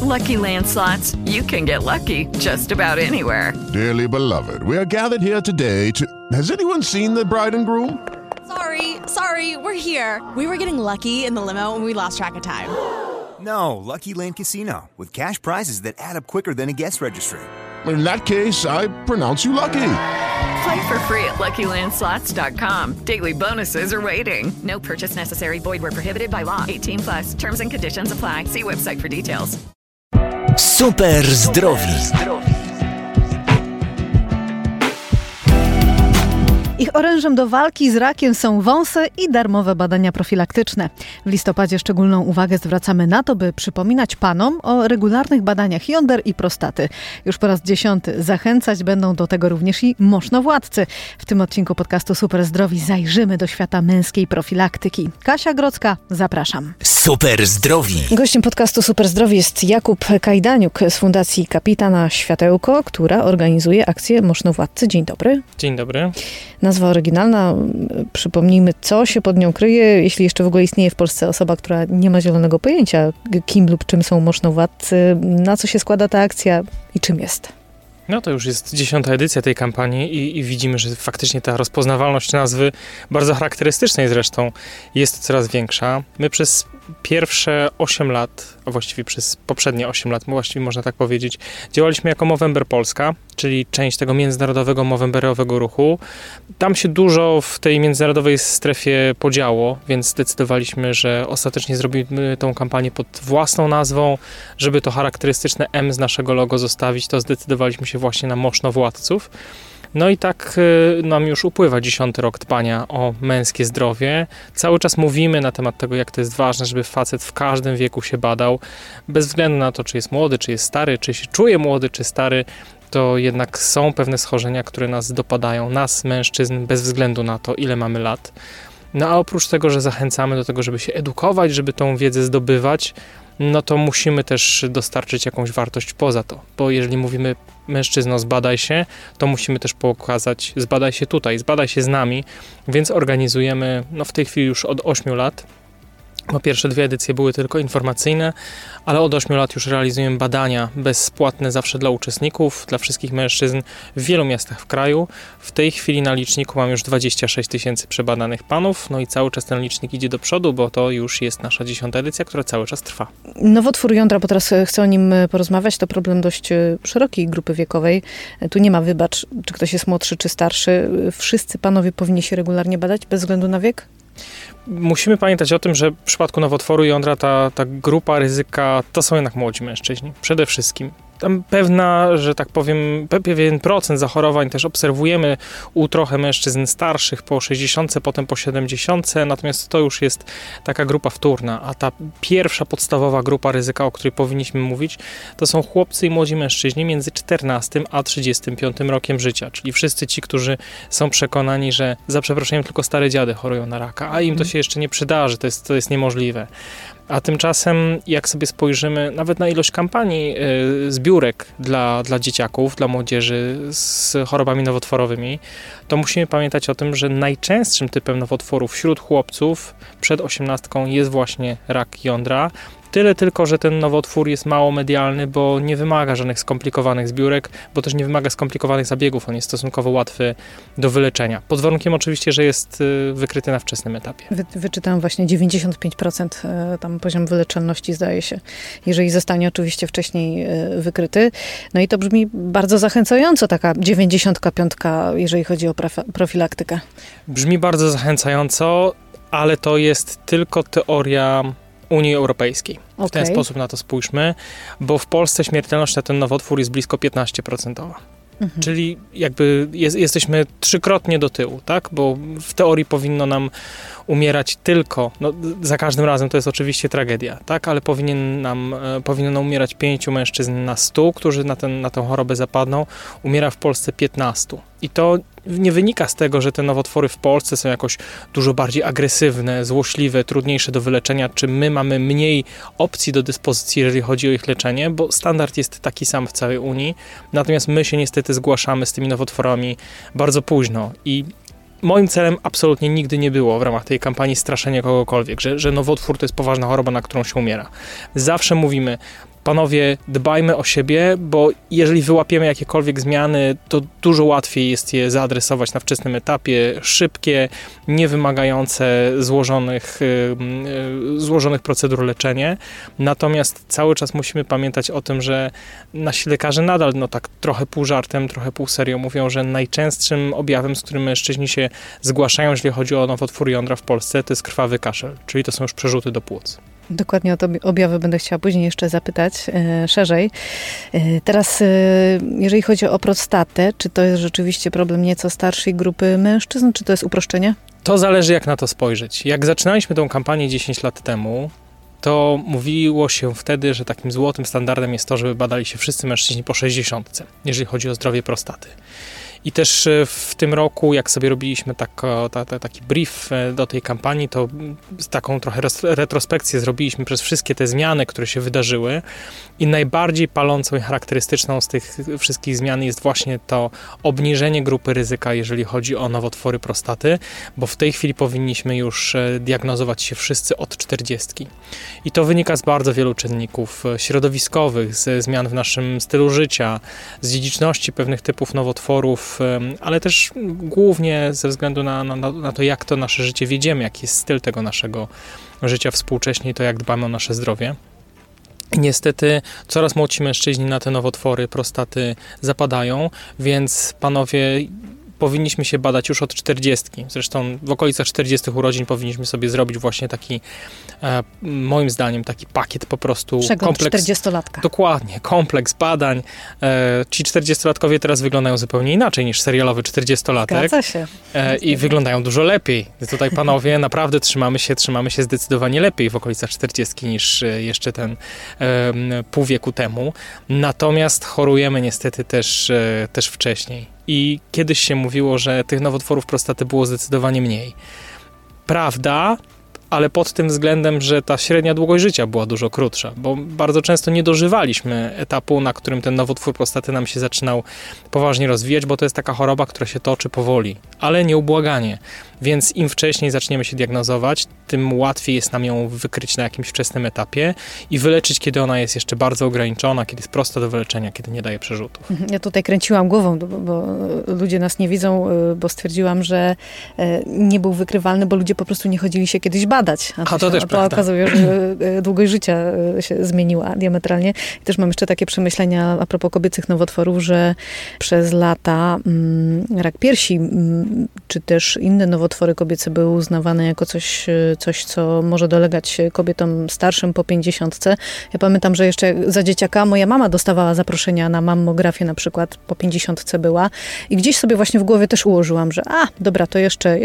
Lucky Land Slots, you can get lucky just about anywhere. Dearly beloved, we are gathered here today to... Has anyone seen the bride and groom? Sorry, we're here. We were getting lucky in the limo and we lost track of time. No, Lucky Land Casino, with cash prizes that add up quicker than a guest registry. In that case, I pronounce you lucky. Play for free at LuckyLandSlots.com. Daily bonuses are waiting. No purchase necessary. Void where prohibited by law. 18+. Terms and conditions apply. See website for details. Super zdrowi. Ich orężem do walki z rakiem są wąsy i darmowe badania profilaktyczne. W listopadzie szczególną uwagę zwracamy na to, by przypominać panom o regularnych badaniach jąder i prostaty. Już po raz 10 zachęcać będą do tego również i moszynowładcy. W tym odcinku podcastu Super Zdrowi zajrzymy do świata męskiej profilaktyki. Kasia Grodzka, zapraszam. Super zdrowi. Gościem podcastu Super Zdrowi jest Jakub Kajdaniuk z Fundacji Kapitana Światełko, która organizuje akcję Moszynowładcy. Dzień dobry. Dzień dobry. Nazwa oryginalna, przypomnijmy, co się pod nią kryje, jeśli jeszcze w ogóle istnieje w Polsce osoba, która nie ma zielonego pojęcia, kim lub czym są moszynowładcy, na co się składa ta akcja i czym jest. No to już jest 10. edycja tej kampanii i widzimy, że faktycznie ta rozpoznawalność nazwy, bardzo charakterystycznej zresztą, jest coraz większa. My przez pierwsze 8 lat, a właściwie przez poprzednie 8 lat, właściwie można tak powiedzieć, działaliśmy jako Movember Polska, czyli część tego międzynarodowego movemberowego ruchu. Tam się dużo w tej międzynarodowej strefie podziało, więc zdecydowaliśmy, że ostatecznie zrobimy tą kampanię pod własną nazwą. Żeby to charakterystyczne M z naszego logo zostawić, to zdecydowaliśmy się właśnie na moszynowładców. No i tak nam już upływa 10. rok dbania o męskie zdrowie. Cały czas mówimy na temat tego, jak to jest ważne, żeby facet w każdym wieku się badał. Bez względu na to, czy jest młody, czy jest stary, czy się czuje młody, czy stary, to jednak są pewne schorzenia, które nas dopadają, nas, mężczyzn, bez względu na to, ile mamy lat. No a oprócz tego, że zachęcamy do tego, żeby się edukować, żeby tą wiedzę zdobywać, no to musimy też dostarczyć jakąś wartość poza to. Bo jeżeli mówimy mężczyzno, zbadaj się, to musimy też pokazać, zbadaj się tutaj, zbadaj się z nami, więc organizujemy, no w tej chwili już od 8 lat, bo pierwsze 2 edycje były tylko informacyjne, ale od 8 lat już realizujemy badania bezpłatne zawsze dla uczestników, dla wszystkich mężczyzn w wielu miastach w kraju. W tej chwili na liczniku mam już 26 000 przebadanych panów, no i cały czas ten licznik idzie do przodu, bo to już jest nasza 10. edycja, która cały czas trwa. Nowotwór jądra, bo teraz chcę o nim porozmawiać, to problem dość szerokiej grupy wiekowej. Tu nie ma wybacz, czy ktoś jest młodszy, czy starszy. Wszyscy panowie powinni się regularnie badać bez względu na wiek? Musimy pamiętać o tym, że w przypadku nowotworu jądra ta grupa ryzyka to są jednak młodzi mężczyźni. Przede wszystkim. Tam pewna, że tak powiem, pewien procent zachorowań też obserwujemy u trochę mężczyzn starszych po 60, potem po 70, natomiast to już jest taka grupa wtórna, a ta pierwsza podstawowa grupa ryzyka, o której powinniśmy mówić, to są chłopcy i młodzi mężczyźni między 14 a 35 rokiem życia, czyli wszyscy ci, którzy są przekonani, że za przeproszeniem tylko stare dziady chorują na raka, a im to się jeszcze nie przydarzy, to jest niemożliwe. A tymczasem, jak sobie spojrzymy nawet na ilość kampanii, zbiórek dla dzieciaków, dla młodzieży z chorobami nowotworowymi, to musimy pamiętać o tym, że najczęstszym typem nowotworów wśród chłopców przed 18 jest właśnie rak jądra. Tyle tylko, że ten nowotwór jest mało medialny, bo nie wymaga żadnych skomplikowanych zbiórek, bo też nie wymaga skomplikowanych zabiegów. On jest stosunkowo łatwy do wyleczenia. Pod warunkiem oczywiście, że jest wykryty na wczesnym etapie. Wyczytałam właśnie 95% tam poziom wyleczalności, zdaje się, jeżeli zostanie oczywiście wcześniej wykryty. No i to brzmi bardzo zachęcająco, taka 95, jeżeli chodzi o profilaktykę. Brzmi bardzo zachęcająco, ale to jest tylko teoria Unii Europejskiej. W ten sposób na to spójrzmy, bo w Polsce śmiertelność na ten nowotwór jest blisko 15%. Czyli jakby jesteśmy 3-krotnie do tyłu, tak? Bo w teorii powinno nam umierać tylko, no za każdym razem to jest oczywiście tragedia, tak? Ale powinno nam umierać 5 mężczyzn na 100, którzy na tę chorobę zapadną. Umiera w Polsce 15. I to nie wynika z tego, że te nowotwory w Polsce są jakoś dużo bardziej agresywne, złośliwe, trudniejsze do wyleczenia, czy my mamy mniej opcji do dyspozycji, jeżeli chodzi o ich leczenie, bo standard jest taki sam w całej Unii. Natomiast my się niestety zgłaszamy z tymi nowotworami bardzo późno i moim celem absolutnie nigdy nie było w ramach tej kampanii straszenia kogokolwiek, że nowotwór to jest poważna choroba, na którą się umiera. Zawsze mówimy, panowie, dbajmy o siebie, bo jeżeli wyłapiemy jakiekolwiek zmiany, to dużo łatwiej jest je zaadresować na wczesnym etapie, szybkie, niewymagające złożonych procedur leczenie. Natomiast cały czas musimy pamiętać o tym, że nasi lekarze nadal, tak trochę pół żartem, trochę pół serio mówią, że najczęstszym objawem, z którym mężczyźni się zgłaszają, jeżeli chodzi o nowotwór jądra w Polsce, to jest krwawy kaszel, czyli to są już przerzuty do płuc. Dokładnie o te objawy będę chciała później jeszcze zapytać szerzej. Teraz, jeżeli chodzi o prostatę, czy to jest rzeczywiście problem nieco starszej grupy mężczyzn, czy to jest uproszczenie? To zależy, jak na to spojrzeć. Jak zaczynaliśmy tą kampanię 10 lat temu, to mówiło się wtedy, że takim złotym standardem jest to, żeby badali się wszyscy mężczyźni po 60, jeżeli chodzi o zdrowie prostaty. I też w tym roku, jak sobie robiliśmy taki brief do tej kampanii, to taką trochę retrospekcję zrobiliśmy przez wszystkie te zmiany, które się wydarzyły. I najbardziej palącą i charakterystyczną z tych wszystkich zmian jest właśnie to obniżenie grupy ryzyka, jeżeli chodzi o nowotwory prostaty, bo w tej chwili powinniśmy już diagnozować się wszyscy od 40. I to wynika z bardzo wielu czynników środowiskowych, ze zmian w naszym stylu życia, z dziedziczności pewnych typów nowotworów, ale też głównie ze względu na to, jak to nasze życie wiedziemy, jaki jest styl tego naszego życia współcześnie i to, jak dbamy o nasze zdrowie. Niestety coraz młodsi mężczyźni na te nowotwory prostaty zapadają, więc panowie, powinniśmy się badać już od 40. Zresztą w okolicach 40 urodzin powinniśmy sobie zrobić właśnie taki, moim zdaniem, taki pakiet po prostu. Przegląd 40-latka. Dokładnie, kompleks badań. Ci 40-latkowie teraz wyglądają zupełnie inaczej niż serialowy 40-latek. Zgadza się. I wyglądają dużo lepiej. Tutaj panowie naprawdę trzymamy się zdecydowanie lepiej w okolicach 40 niż jeszcze ten pół wieku temu. Natomiast chorujemy niestety też wcześniej. I kiedyś się mówiło, że tych nowotworów prostaty było zdecydowanie mniej. Prawda, ale pod tym względem, że ta średnia długość życia była dużo krótsza, bo bardzo często nie dożywaliśmy etapu, na którym ten nowotwór prostaty nam się zaczynał poważnie rozwijać, bo to jest taka choroba, która się toczy powoli, ale nieubłaganie. Więc im wcześniej zaczniemy się diagnozować, tym łatwiej jest nam ją wykryć na jakimś wczesnym etapie i wyleczyć, kiedy ona jest jeszcze bardzo ograniczona, kiedy jest prosta do wyleczenia, kiedy nie daje przerzutów. Ja tutaj kręciłam głową, bo ludzie nas nie widzą, bo stwierdziłam, że nie był wykrywalny, bo ludzie po prostu nie chodzili się kiedyś badać. To też prawda. Okazuje, że długość życia się zmieniła diametralnie. I też mam jeszcze takie przemyślenia a propos kobiecych nowotworów, że przez lata rak piersi, czy też inne nowotwory kobiece były uznawane jako coś, co może dolegać kobietom starszym po 50. Ja pamiętam, że jeszcze za dzieciaka moja mama dostawała zaproszenia na mammografię na przykład, po 50 była i gdzieś sobie właśnie w głowie też ułożyłam, że dobra, to jeszcze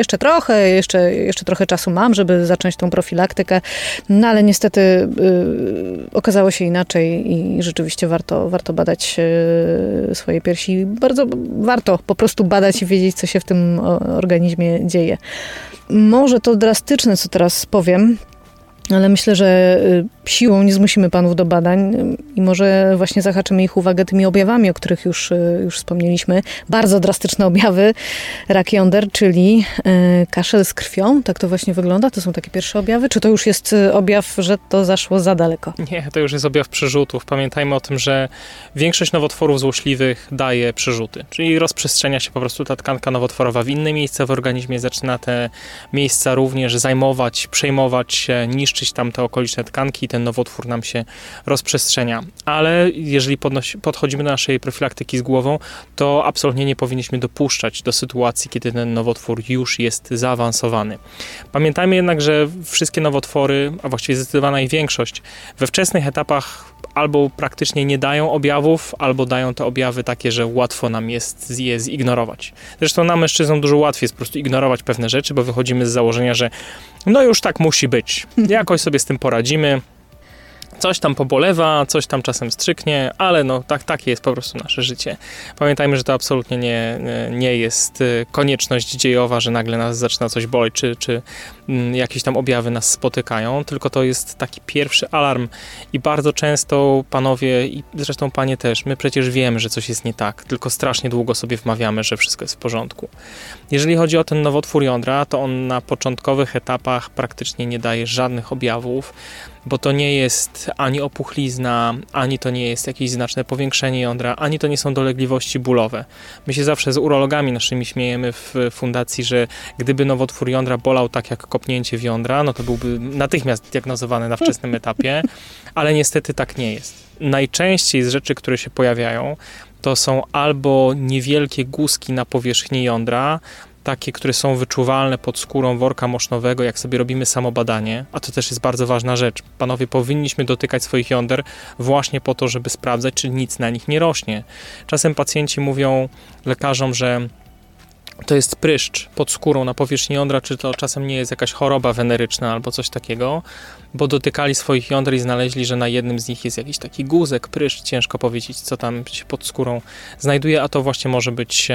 trochę czasu mam, żeby zacząć tą profilaktykę, no ale niestety okazało się inaczej i rzeczywiście warto badać swoje piersi. Bardzo warto po prostu badać i wiedzieć, co się w tym organizmie dzieje. Może to drastyczne, co teraz powiem, ale myślę, że siłą nie zmusimy panów do badań i może właśnie zahaczymy ich uwagę tymi objawami, o których już wspomnieliśmy. Bardzo drastyczne objawy, rak jąder, czyli kaszel z krwią. Tak to właśnie wygląda? To są takie pierwsze objawy? Czy to już jest objaw, że to zaszło za daleko? Nie, to już jest objaw przerzutów. Pamiętajmy o tym, że większość nowotworów złośliwych daje przerzuty, czyli rozprzestrzenia się po prostu ta tkanka nowotworowa w inne miejsca w organizmie, zaczyna te miejsca również zajmować, przejmować się, niszczyć tam te okoliczne tkanki i ten nowotwór nam się rozprzestrzenia. Ale jeżeli podchodzimy do naszej profilaktyki z głową, to absolutnie nie powinniśmy dopuszczać do sytuacji, kiedy ten nowotwór już jest zaawansowany. Pamiętajmy jednak, że wszystkie nowotwory, a właściwie zdecydowana ich większość, we wczesnych etapach albo praktycznie nie dają objawów, albo dają te objawy takie, że łatwo nam jest je zignorować. Zresztą nam mężczyznom dużo łatwiej jest po prostu ignorować pewne rzeczy, bo wychodzimy z założenia, że no już tak musi być. Jakoś sobie z tym poradzimy. Coś tam pobolewa, coś tam czasem strzyknie, ale no takie jest po prostu nasze życie. Pamiętajmy, że to absolutnie nie jest konieczność dziejowa, że nagle nas zaczyna coś boleć, czy jakieś tam objawy nas spotykają, tylko to jest taki pierwszy alarm i bardzo często panowie i zresztą panie też, my przecież wiemy, że coś jest nie tak, tylko strasznie długo sobie wmawiamy, że wszystko jest w porządku. Jeżeli chodzi o ten nowotwór jądra, to on na początkowych etapach praktycznie nie daje żadnych objawów. bo to nie jest ani opuchlizna, ani to nie jest jakieś znaczne powiększenie jądra, ani to nie są dolegliwości bólowe. My się zawsze z urologami naszymi śmiejemy w fundacji, że gdyby nowotwór jądra bolał tak jak kopnięcie w jądra, no to byłby natychmiast diagnozowany na wczesnym etapie, ale niestety tak nie jest. Najczęściej z rzeczy, które się pojawiają, to są albo niewielkie guzki na powierzchni jądra, takie, które są wyczuwalne pod skórą worka mosznowego, jak sobie robimy samobadanie, a to też jest bardzo ważna rzecz. Panowie, powinniśmy dotykać swoich jąder właśnie po to, żeby sprawdzać, czy nic na nich nie rośnie. Czasem pacjenci mówią lekarzom, że to jest pryszcz pod skórą na powierzchni jądra, czy to czasem nie jest jakaś choroba weneryczna albo coś takiego, bo dotykali swoich jąder i znaleźli, że na jednym z nich jest jakiś taki guzek, pryszcz, ciężko powiedzieć, co tam się pod skórą znajduje, a to właśnie może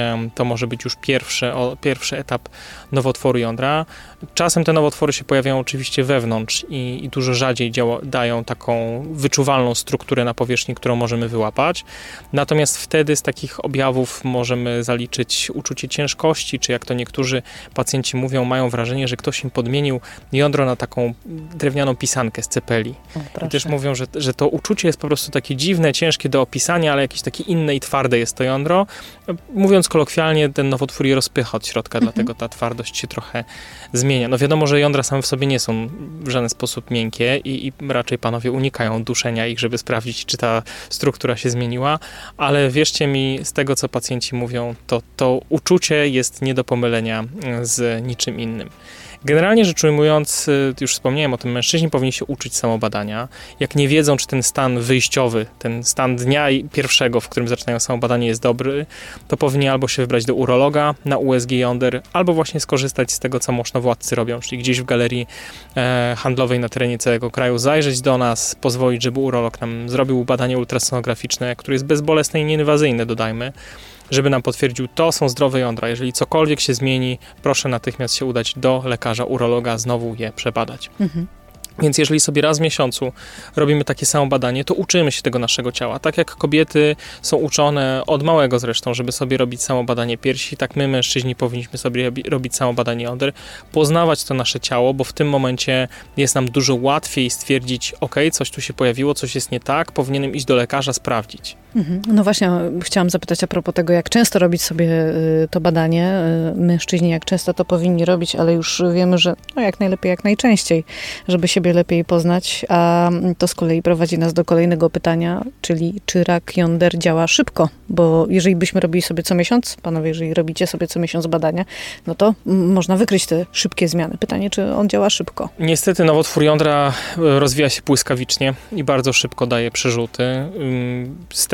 być już pierwszy etap nowotworu jądra. Czasem te nowotwory się pojawiają oczywiście wewnątrz i dużo rzadziej dają taką wyczuwalną strukturę na powierzchni, którą możemy wyłapać. Natomiast wtedy z takich objawów możemy zaliczyć uczucie ciężkości, czy jak to niektórzy pacjenci mówią, mają wrażenie, że ktoś im podmienił jądro na taką drewnianą pisankę z cepeli. I też mówią, że to uczucie jest po prostu takie dziwne, ciężkie do opisania, ale jakieś takie inne i twarde jest to jądro. Mówiąc kolokwialnie, ten nowotwór je rozpycha od środka, dlatego ta twardość się trochę zmienia. No wiadomo, że jądra same w sobie nie są w żaden sposób miękkie i raczej panowie unikają duszenia ich, żeby sprawdzić, czy ta struktura się zmieniła, ale wierzcie mi, z tego, co pacjenci mówią, to uczucie jest nie do pomylenia z niczym innym. Generalnie rzecz ujmując, już wspomniałem o tym, mężczyźni powinni się uczyć samobadania. Jak nie wiedzą, czy ten stan wyjściowy, ten stan dnia pierwszego, w którym zaczynają samobadanie, jest dobry, to powinni albo się wybrać do urologa na USG jąder, albo właśnie skorzystać z tego, co moszynowładcy robią, czyli gdzieś w galerii handlowej na terenie całego kraju zajrzeć do nas, pozwolić, żeby urolog nam zrobił badanie ultrasonograficzne, które jest bezbolesne i nieinwazyjne, dodajmy, żeby nam potwierdził, to są zdrowe jądra. Jeżeli cokolwiek się zmieni, proszę natychmiast się udać do lekarza, urologa, znowu je przebadać. Więc jeżeli sobie raz w miesiącu robimy takie samo badanie, to uczymy się tego naszego ciała. Tak jak kobiety są uczone od małego zresztą, żeby sobie robić samo badanie piersi, tak my, mężczyźni, powinniśmy sobie robić samo badanie jąder, poznawać to nasze ciało, bo w tym momencie jest nam dużo łatwiej stwierdzić, coś tu się pojawiło, coś jest nie tak, powinienem iść do lekarza, sprawdzić. No właśnie, chciałam zapytać a propos tego, jak często robić sobie to badanie. Mężczyźni jak często to powinni robić, ale już wiemy, że jak najlepiej, jak najczęściej, żeby siebie lepiej poznać, a to z kolei prowadzi nas do kolejnego pytania, czyli czy rak jąder działa szybko? Bo jeżeli byśmy robili sobie co miesiąc, panowie, jeżeli robicie sobie co miesiąc badania, no to można wykryć te szybkie zmiany. Pytanie, czy on działa szybko? Niestety nowotwór jądra rozwija się błyskawicznie i bardzo szybko daje przerzuty. Z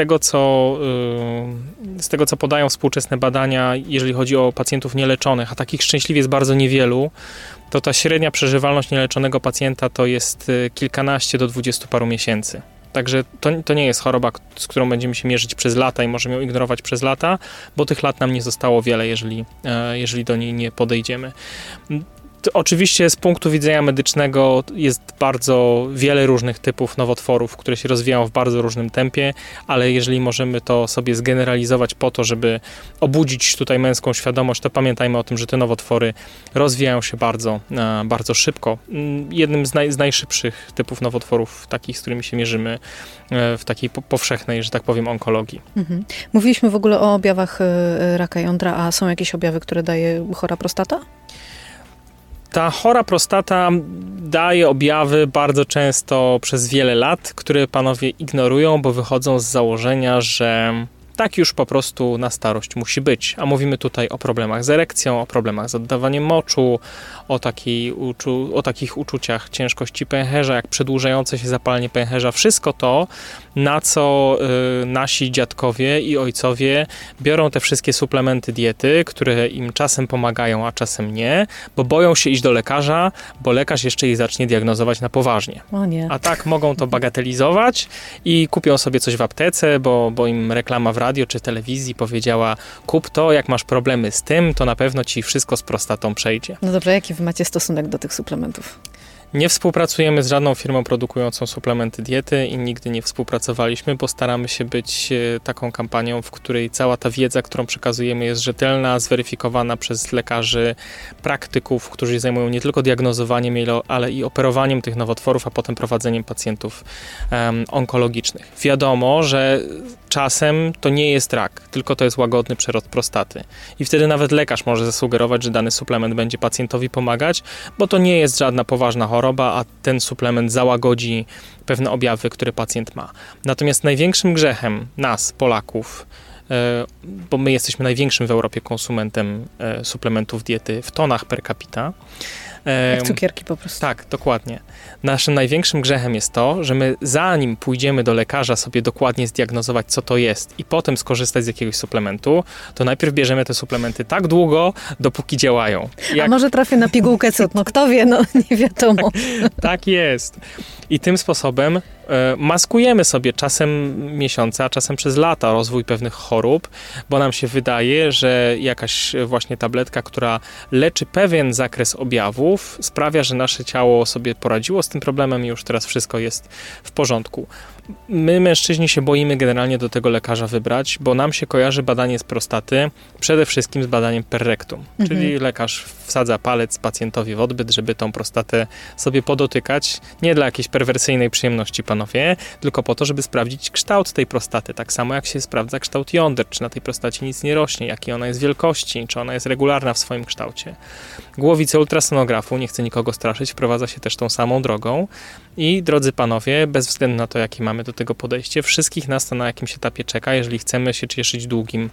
tego, co podają współczesne badania, jeżeli chodzi o pacjentów nieleczonych, a takich szczęśliwie jest bardzo niewielu, to ta średnia przeżywalność nieleczonego pacjenta to jest kilkanaście do 20 paru miesięcy. Także to nie jest choroba, z którą będziemy się mierzyć przez lata i możemy ją ignorować przez lata, bo tych lat nam nie zostało wiele, jeżeli do niej nie podejdziemy. Oczywiście z punktu widzenia medycznego jest bardzo wiele różnych typów nowotworów, które się rozwijają w bardzo różnym tempie, ale jeżeli możemy to sobie zgeneralizować po to, żeby obudzić tutaj męską świadomość, to pamiętajmy o tym, że te nowotwory rozwijają się bardzo, bardzo szybko. Jednym z najszybszych typów nowotworów, takich, z którymi się mierzymy w takiej powszechnej, że tak powiem, onkologii. Mówiliśmy w ogóle o objawach raka jądra, a są jakieś objawy, które daje chora prostata? Ta chora prostata daje objawy bardzo często przez wiele lat, które panowie ignorują, bo wychodzą z założenia, że tak już po prostu na starość musi być. A mówimy tutaj o problemach z erekcją, o problemach z oddawaniem moczu, o takich uczuciach ciężkości pęcherza, jak przedłużające się zapalenie pęcherza. Wszystko to, na co nasi dziadkowie i ojcowie biorą te wszystkie suplementy diety, które im czasem pomagają, a czasem nie, bo boją się iść do lekarza, bo lekarz jeszcze ich zacznie diagnozować na poważnie. O nie. A tak mogą to bagatelizować i kupią sobie coś w aptece, bo im reklama w radio czy telewizji powiedziała: kup to, jak masz problemy z tym, to na pewno ci wszystko z prostatą przejdzie. No dobrze, jaki wy macie stosunek do tych suplementów? Nie współpracujemy z żadną firmą produkującą suplementy diety i nigdy nie współpracowaliśmy, bo staramy się być taką kampanią, w której cała ta wiedza, którą przekazujemy, jest rzetelna, zweryfikowana przez lekarzy, praktyków, którzy zajmują nie tylko diagnozowaniem, ale i operowaniem tych nowotworów, a potem prowadzeniem pacjentów onkologicznych. Wiadomo, że czasem to nie jest rak, tylko to jest łagodny przerost prostaty. I wtedy nawet lekarz może zasugerować, że dany suplement będzie pacjentowi pomagać, bo to nie jest żadna poważna choroba, a ten suplement załagodzi pewne objawy, które pacjent ma. Natomiast największym grzechem nas, Polaków, bo my jesteśmy największym w Europie konsumentem suplementów diety w tonach per capita. Jak cukierki po prostu. Tak, dokładnie. Naszym największym grzechem jest to, że my zanim pójdziemy do lekarza sobie dokładnie zdiagnozować, co to jest i potem skorzystać z jakiegoś suplementu, to najpierw bierzemy te suplementy tak długo, dopóki działają. A może trafię na pigułkę cud? No kto wie, no nie wiadomo. Tak jest. I tym sposobem maskujemy sobie czasem miesiące, a czasem przez lata rozwój pewnych chorób, bo nam się wydaje, że jakaś właśnie tabletka, która leczy pewien zakres objawów, sprawia, że nasze ciało sobie poradziło z tym problemem i już teraz wszystko jest w porządku. My, mężczyźni, się boimy generalnie do tego lekarza wybrać, bo nam się kojarzy badanie z prostaty przede wszystkim z badaniem per rectum, czyli lekarz wsadza palec pacjentowi w odbyt, żeby tą prostatę sobie podotykać, nie dla jakiejś perwersyjnej przyjemności, panowie, tylko po to, żeby sprawdzić kształt tej prostaty, tak samo jak się sprawdza kształt jąder, czy na tej prostacie nic nie rośnie, jakiej ona jest wielkości, czy ona jest regularna w swoim kształcie. Głowicę ultrasonografu, nie chcę nikogo straszyć, wprowadza się też tą samą drogą i, drodzy panowie, bez względu na to, jakie mamy do tego podejście, wszystkich nas to na jakimś etapie czeka, jeżeli chcemy się cieszyć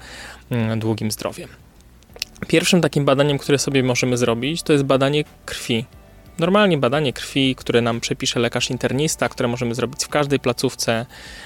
długim zdrowiem. Pierwszym takim badaniem, które sobie możemy zrobić, to jest badanie krwi. Normalnie badanie krwi, które nam przepisze lekarz internista, które możemy zrobić w każdej placówce.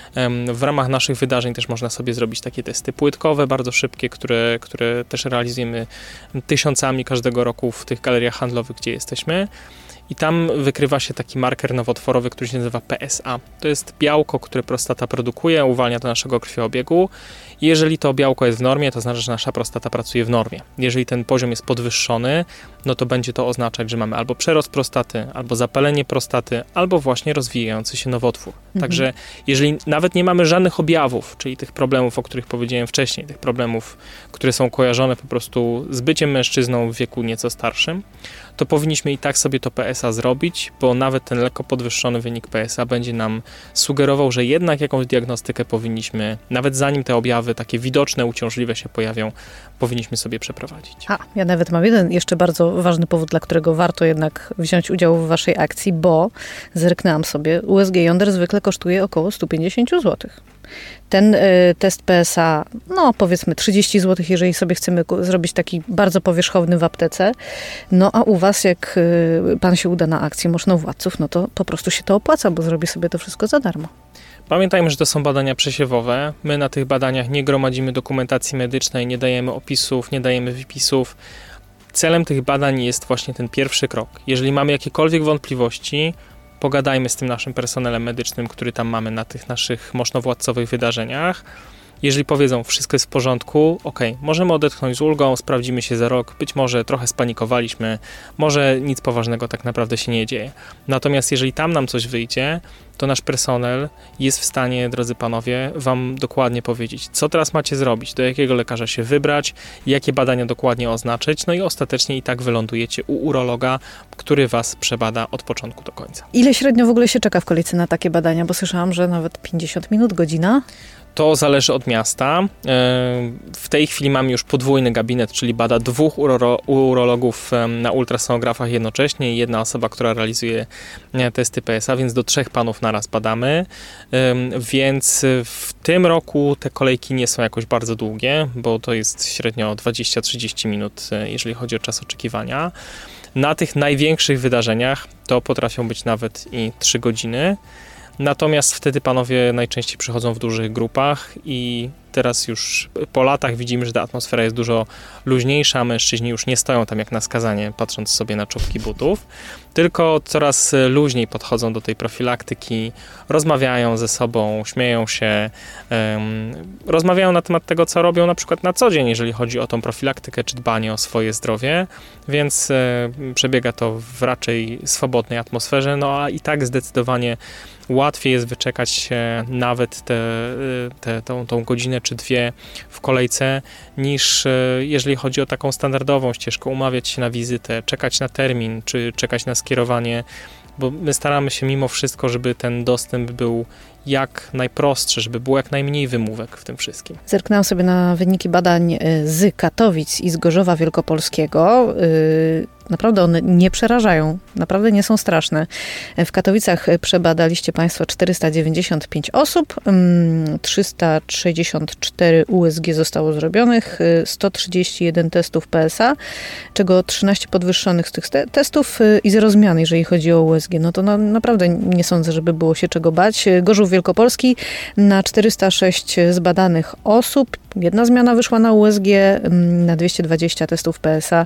W ramach naszych wydarzeń też można sobie zrobić takie testy płytkowe, bardzo szybkie, które też realizujemy tysiącami każdego roku w tych galeriach handlowych, gdzie jesteśmy. I tam wykrywa się taki marker nowotworowy, który się nazywa PSA. To jest białko, które prostata produkuje, uwalnia do naszego krwiobiegu. I jeżeli to białko jest w normie, to znaczy, że nasza prostata pracuje w normie. Jeżeli ten poziom jest podwyższony, no to będzie to oznaczać, że mamy albo przerost prostaty, albo zapalenie prostaty, albo właśnie rozwijający się nowotwór. Także jeżeli nawet nie mamy żadnych objawów, czyli tych problemów, o których powiedziałem wcześniej, tych problemów, które są kojarzone po prostu z byciem mężczyzną w wieku nieco starszym, to powinniśmy i tak sobie to PSA zrobić, bo nawet ten lekko podwyższony wynik PSA będzie nam sugerował, że jednak jakąś diagnostykę powinniśmy, nawet zanim te objawy takie widoczne, uciążliwe się pojawią, powinniśmy sobie przeprowadzić. Ja nawet mam jeden jeszcze bardzo ważny powód, dla którego warto jednak wziąć udział w waszej akcji, bo zerknęłam sobie, USG jąder zwykle kosztuje około 150 zł. Ten test PSA, no powiedzmy 30 zł, jeżeli sobie chcemy zrobić taki bardzo powierzchowny w aptece. No a u was, jak pan się uda na akcję Moszno-Władców, no to po prostu się to opłaca, bo zrobi sobie to wszystko za darmo. Pamiętajmy, że to są badania przesiewowe. My na tych badaniach nie gromadzimy dokumentacji medycznej, nie dajemy opisów, nie dajemy wypisów. Celem tych badań jest właśnie ten pierwszy krok. Jeżeli mamy jakiekolwiek wątpliwości, pogadajmy z tym naszym personelem medycznym, który tam mamy na tych naszych moszno-władcowych wydarzeniach. Jeżeli powiedzą, wszystko jest w porządku, możemy odetchnąć z ulgą, sprawdzimy się za rok, być może trochę spanikowaliśmy, może nic poważnego tak naprawdę się nie dzieje. Natomiast jeżeli tam nam coś wyjdzie, to nasz personel jest w stanie, drodzy panowie, wam dokładnie powiedzieć, co teraz macie zrobić, do jakiego lekarza się wybrać, jakie badania dokładnie oznaczyć, no i ostatecznie i tak wylądujecie u urologa, który was przebada od początku do końca. Ile średnio w ogóle się czeka w kolejce na takie badania? Bo słyszałam, że nawet 50 minut, godzina? To zależy od miasta. W tej chwili mamy już podwójny gabinet, czyli bada 2 urologów na ultrasonografach jednocześnie i jedna osoba, która realizuje testy PSA, więc do 3 panów naraz badamy. Więc w tym roku te kolejki nie są jakoś bardzo długie, bo to jest średnio 20-30 minut, jeżeli chodzi o czas oczekiwania. Na tych największych wydarzeniach to potrafią być nawet i 3 godziny. Natomiast wtedy panowie najczęściej przychodzą w dużych grupach i teraz już po latach widzimy, że ta atmosfera jest dużo luźniejsza, mężczyźni już nie stoją tam jak na skazanie, patrząc sobie na czubki butów, tylko coraz luźniej podchodzą do tej profilaktyki, rozmawiają ze sobą, śmieją się, rozmawiają na temat tego, co robią na przykład na co dzień, jeżeli chodzi o tą profilaktykę czy dbanie o swoje zdrowie, więc przebiega to w raczej swobodnej atmosferze, no a i tak zdecydowanie łatwiej jest wyczekać się nawet tą godzinę czy dwie w kolejce, niż jeżeli chodzi o taką standardową ścieżkę, umawiać się na wizytę, czekać na termin, czy czekać na skierowanie, bo my staramy się mimo wszystko, żeby ten dostęp był jak najprostszy, żeby było jak najmniej wymówek w tym wszystkim. Zerknęłam sobie na wyniki badań z Katowic i z Gorzowa Wielkopolskiego. Naprawdę one nie przerażają, naprawdę nie są straszne. W Katowicach przebadaliście Państwo 495 osób, 364 USG zostało zrobionych, 131 testów PSA, czego 13 podwyższonych z tych testów i 0 zmian, jeżeli chodzi o USG. No to naprawdę nie sądzę, żeby było się czego bać. Gorzów Wielkopolski na 406 zbadanych osób, 1 zmiana wyszła na USG, na 220 testów PSA,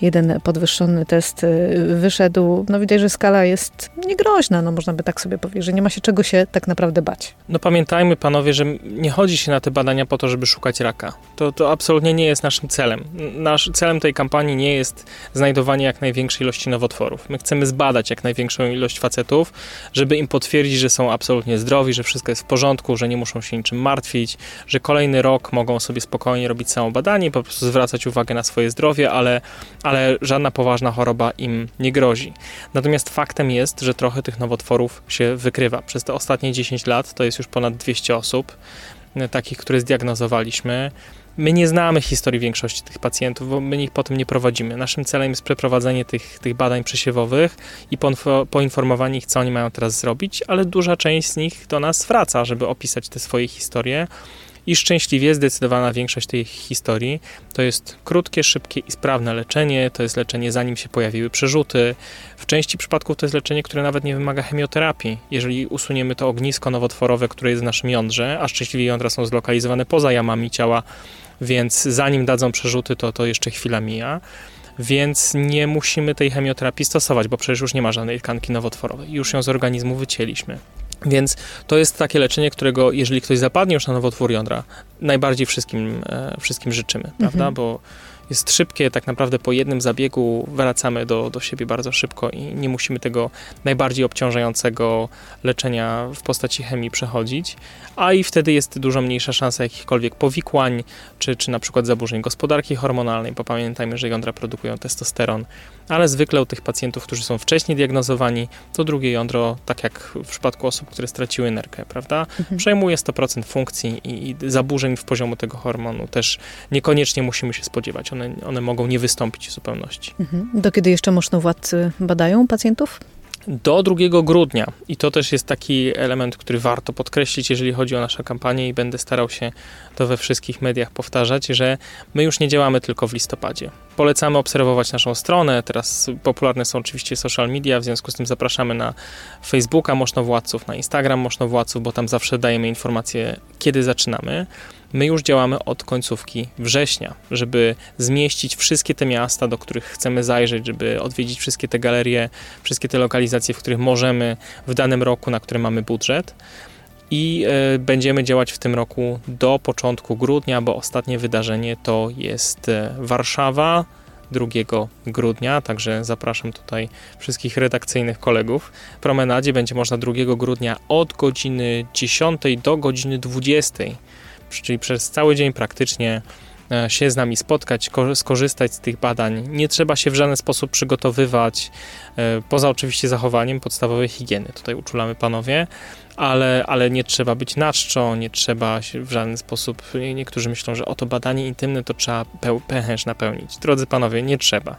1 podwyższony test wyszedł. No widać, że skala jest niegroźna, no można by tak sobie powiedzieć, że nie ma się czego się tak naprawdę bać. No pamiętajmy, panowie, że nie chodzi się na te badania po to, żeby szukać raka. To absolutnie nie jest naszym celem. Celem tej kampanii nie jest znajdowanie jak największej ilości nowotworów. My chcemy zbadać jak największą ilość facetów, żeby im potwierdzić, że są absolutnie zdrowi, że wszystko jest w porządku, że nie muszą się niczym martwić, że kolejny rok mogą sobie spokojnie robić samo badanie, po prostu zwracać uwagę na swoje zdrowie, ale żadna poważna choroba im nie grozi. Natomiast faktem jest, że trochę tych nowotworów się wykrywa. Przez te ostatnie 10 lat to jest już ponad 200 osób, takich, które zdiagnozowaliśmy. My nie znamy historii większości tych pacjentów, bo my ich potem nie prowadzimy. Naszym celem jest przeprowadzenie tych badań przesiewowych i poinformowanie ich, co oni mają teraz zrobić, ale duża część z nich do nas wraca, żeby opisać te swoje historie. I szczęśliwie zdecydowana większość tej historii to jest krótkie, szybkie i sprawne leczenie, to jest leczenie zanim się pojawiły przerzuty. W części przypadków to jest leczenie, które nawet nie wymaga chemioterapii. Jeżeli usuniemy to ognisko nowotworowe, które jest w naszym jądrze, a szczęśliwie jądra są zlokalizowane poza jamami ciała, więc zanim dadzą przerzuty, to jeszcze chwila mija. Więc nie musimy tej chemioterapii stosować, bo przecież już nie ma żadnej tkanki nowotworowej. Już ją z organizmu wycięliśmy. Więc to jest takie leczenie, którego jeżeli ktoś zapadnie już na nowotwór jądra, najbardziej wszystkim życzymy, prawda? Bo jest szybkie, tak naprawdę po jednym zabiegu wracamy do siebie bardzo szybko i nie musimy tego najbardziej obciążającego leczenia w postaci chemii przechodzić, a i wtedy jest dużo mniejsza szansa jakichkolwiek powikłań, czy na przykład zaburzeń gospodarki hormonalnej, bo pamiętajmy, że jądra produkują testosteron, ale zwykle u tych pacjentów, którzy są wcześniej diagnozowani, to drugie jądro, tak jak w przypadku osób, które straciły nerkę, prawda, przejmuje 100% funkcji i zaburzeń w poziomu tego hormonu też niekoniecznie musimy się spodziewać. One mogą nie wystąpić w zupełności. Do kiedy jeszcze możnowładcy badają pacjentów? Do 2 grudnia i to też jest taki element, który warto podkreślić, jeżeli chodzi o naszą kampanię i będę starał się to we wszystkich mediach powtarzać, że my już nie działamy tylko w listopadzie. Polecamy obserwować naszą stronę, teraz popularne są oczywiście social media, w związku z tym zapraszamy na Facebooka Możnowładców, na Instagram Możnowładców, bo tam zawsze dajemy informacje, kiedy zaczynamy. My już działamy od końcówki września, żeby zmieścić wszystkie te miasta, do których chcemy zajrzeć, żeby odwiedzić wszystkie te galerie, wszystkie te lokalizacje, w których możemy w danym roku, na które mamy budżet. I będziemy działać w tym roku do początku grudnia, bo ostatnie wydarzenie to jest Warszawa 2 grudnia, także zapraszam tutaj wszystkich redakcyjnych kolegów. W Promenadzie będzie można 2 grudnia od godziny 10 do godziny 20. Czyli przez cały dzień praktycznie się z nami spotkać, skorzystać z tych badań. Nie trzeba się w żaden sposób przygotowywać, poza oczywiście zachowaniem podstawowej higieny. Tutaj uczulamy panowie, ale nie trzeba być na czczo, nie trzeba się w żaden sposób, niektórzy myślą, że oto badanie intymne to trzeba pęcherz napełnić. Drodzy panowie, nie trzeba.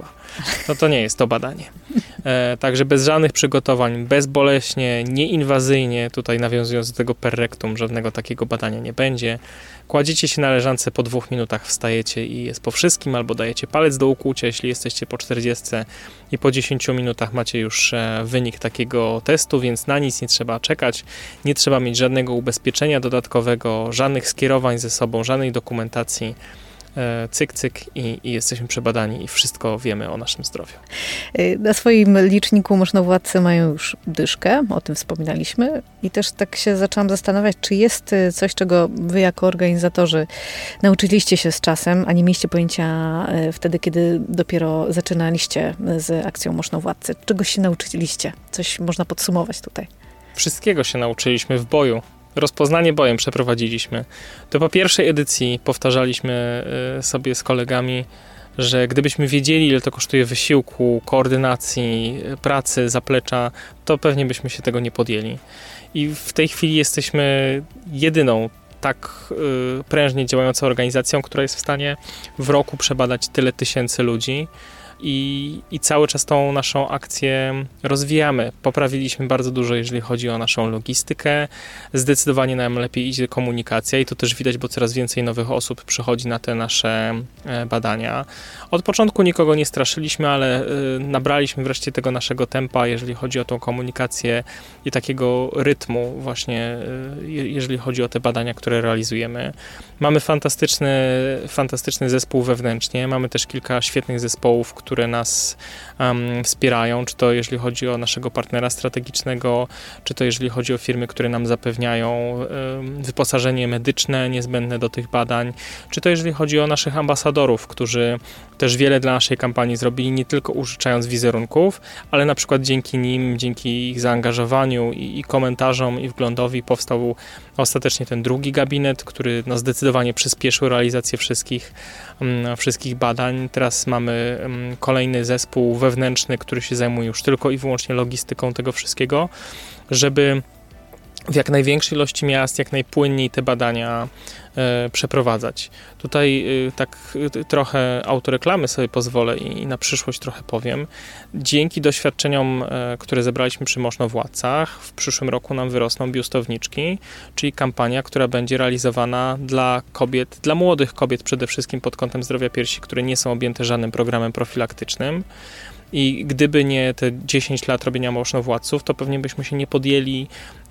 No to nie jest to badanie. Także bez żadnych przygotowań, bezboleśnie, nieinwazyjnie, tutaj nawiązując do tego per rectum, żadnego takiego badania nie będzie. Kładziecie się na leżance, po 2 minutach wstajecie i jest po wszystkim, albo dajecie palec do ukłucia, jeśli jesteście po 40 i po 10 minutach macie już wynik takiego testu, więc na nic nie trzeba czekać. przyjechać, nie trzeba mieć żadnego ubezpieczenia dodatkowego, żadnych skierowań ze sobą, żadnej dokumentacji. Cyk, cyk i jesteśmy przebadani i wszystko wiemy o naszym zdrowiu. Na swoim liczniku możnowładcy mają już dyszkę, o tym wspominaliśmy i też tak się zaczęłam zastanawiać, czy jest coś, czego wy jako organizatorzy nauczyliście się z czasem, a nie mieliście pojęcia wtedy, kiedy dopiero zaczynaliście z akcją Możnowładcy. Czego się nauczyliście? Coś można podsumować tutaj? Wszystkiego się nauczyliśmy w boju. Rozpoznanie bojem przeprowadziliśmy. To po pierwszej edycji powtarzaliśmy sobie z kolegami, że gdybyśmy wiedzieli, ile to kosztuje wysiłku, koordynacji, pracy, zaplecza, to pewnie byśmy się tego nie podjęli. I w tej chwili jesteśmy jedyną tak prężnie działającą organizacją, która jest w stanie w roku przebadać tyle tysięcy ludzi. I cały czas tą naszą akcję rozwijamy. Poprawiliśmy bardzo dużo, jeżeli chodzi o naszą logistykę. Zdecydowanie nam lepiej idzie komunikacja i to też widać, bo coraz więcej nowych osób przychodzi na te nasze badania. Od początku nikogo nie straszyliśmy, ale nabraliśmy wreszcie tego naszego tempa, jeżeli chodzi o tą komunikację i takiego rytmu właśnie, jeżeli chodzi o te badania, które realizujemy. Mamy fantastyczny zespół wewnętrznie. Mamy też kilka świetnych zespołów, które nas wspierają, czy to jeżeli chodzi o naszego partnera strategicznego, czy to jeżeli chodzi o firmy, które nam zapewniają wyposażenie medyczne niezbędne do tych badań, czy to jeżeli chodzi o naszych ambasadorów, którzy też wiele dla naszej kampanii zrobili, nie tylko użyczając wizerunków, ale na przykład dzięki nim, dzięki ich zaangażowaniu i komentarzom i wglądowi powstał ostatecznie ten drugi gabinet, który zdecydowanie przyspieszył realizację wszystkich badań. Teraz mamy kolejny zespół wewnętrzny, który się zajmuje już tylko i wyłącznie logistyką tego wszystkiego, żeby w jak największej ilości miast, jak najpłynniej te badania przeprowadzać. Tutaj tak trochę autoreklamy sobie pozwolę i na przyszłość trochę powiem. Dzięki doświadczeniom, które zebraliśmy przy Możnowładcach, w przyszłym roku nam wyrosną biustowniczki, czyli kampania, która będzie realizowana dla kobiet, dla młodych kobiet przede wszystkim pod kątem zdrowia piersi, które nie są objęte żadnym programem profilaktycznym. I gdyby nie te 10 lat robienia Możnowładców, to pewnie byśmy się nie podjęli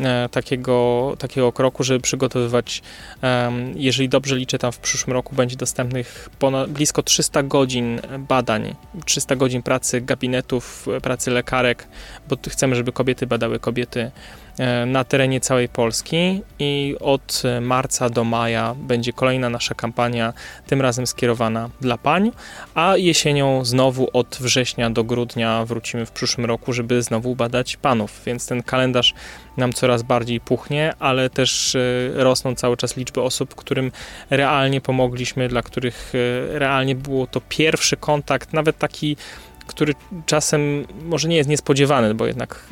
takiego kroku, żeby przygotowywać, jeżeli dobrze liczę, tam w przyszłym roku będzie dostępnych blisko 300 godzin badań, 300 godzin pracy gabinetów, pracy lekarek, bo chcemy, żeby kobiety badały kobiety na terenie całej Polski i od marca do maja będzie kolejna nasza kampania, tym razem skierowana dla pań, a jesienią znowu od września do grudnia wrócimy w przyszłym roku, żeby znowu badać panów, więc ten kalendarz nam coraz bardziej puchnie, ale też rosną cały czas liczby osób, którym realnie pomogliśmy, dla których realnie było to pierwszy kontakt, nawet taki, który czasem może nie jest niespodziewany, bo jednak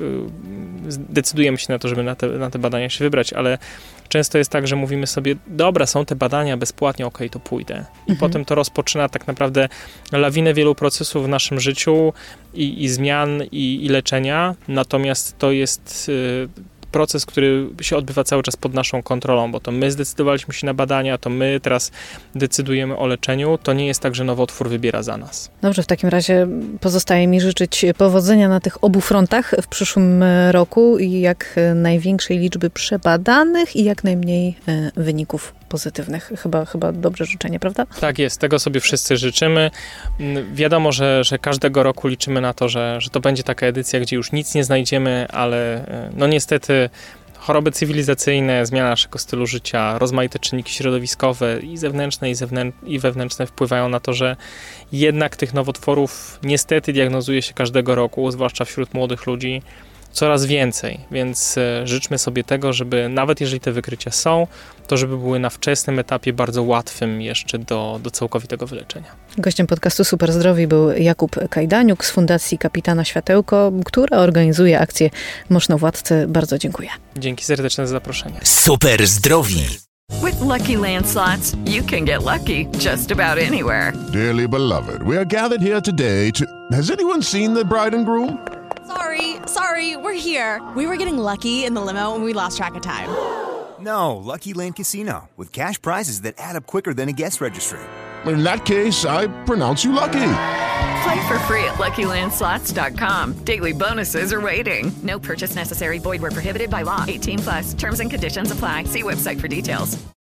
decydujemy się na to, żeby na te badania się wybrać, ale często jest tak, że mówimy sobie, dobra, są te badania bezpłatnie, okej, to pójdę. I potem to rozpoczyna tak naprawdę lawinę wielu procesów w naszym życiu i zmian i leczenia, natomiast to jest proces, który się odbywa cały czas pod naszą kontrolą, bo to my zdecydowaliśmy się na badania, to my teraz decydujemy o leczeniu. To nie jest tak, że nowotwór wybiera za nas. Dobrze, w takim razie pozostaje mi życzyć powodzenia na tych obu frontach w przyszłym roku i jak największej liczby przebadanych i jak najmniej wyników pozytywnych. Chyba dobrze życzenie, prawda? Tak jest, tego sobie wszyscy życzymy. Wiadomo, że każdego roku liczymy na to, że to będzie taka edycja, gdzie już nic nie znajdziemy, ale no niestety choroby cywilizacyjne, zmiana naszego stylu życia, rozmaite czynniki środowiskowe i zewnętrzne, i wewnętrzne wpływają na to, że jednak tych nowotworów niestety diagnozuje się każdego roku, zwłaszcza wśród młodych ludzi, coraz więcej, więc życzmy sobie tego, żeby nawet jeżeli te wykrycia są, to żeby były na wczesnym etapie bardzo łatwym jeszcze do całkowitego wyleczenia. Gościem podcastu Super Zdrowi był Jakub Kajdaniuk z Fundacji Kapitana Światełko, która organizuje akcję Możnowładcy. Bardzo dziękuję. Dzięki serdeczne za zaproszenie. Super Zdrowi. With Lucky Land Slots, you can get lucky just about anywhere. Dearly beloved, we are gathered here today to... Has anyone seen the bride and groom? Sorry, we're here. We were getting lucky in the limo and we lost track of time. No, Lucky Land Casino, with cash prizes that add up quicker than a guest registry. In that case, I pronounce you lucky. Play for free at LuckyLandSlots.com. Daily bonuses are waiting. No purchase necessary. Void where prohibited by law. 18+. Terms and conditions apply. See website for details.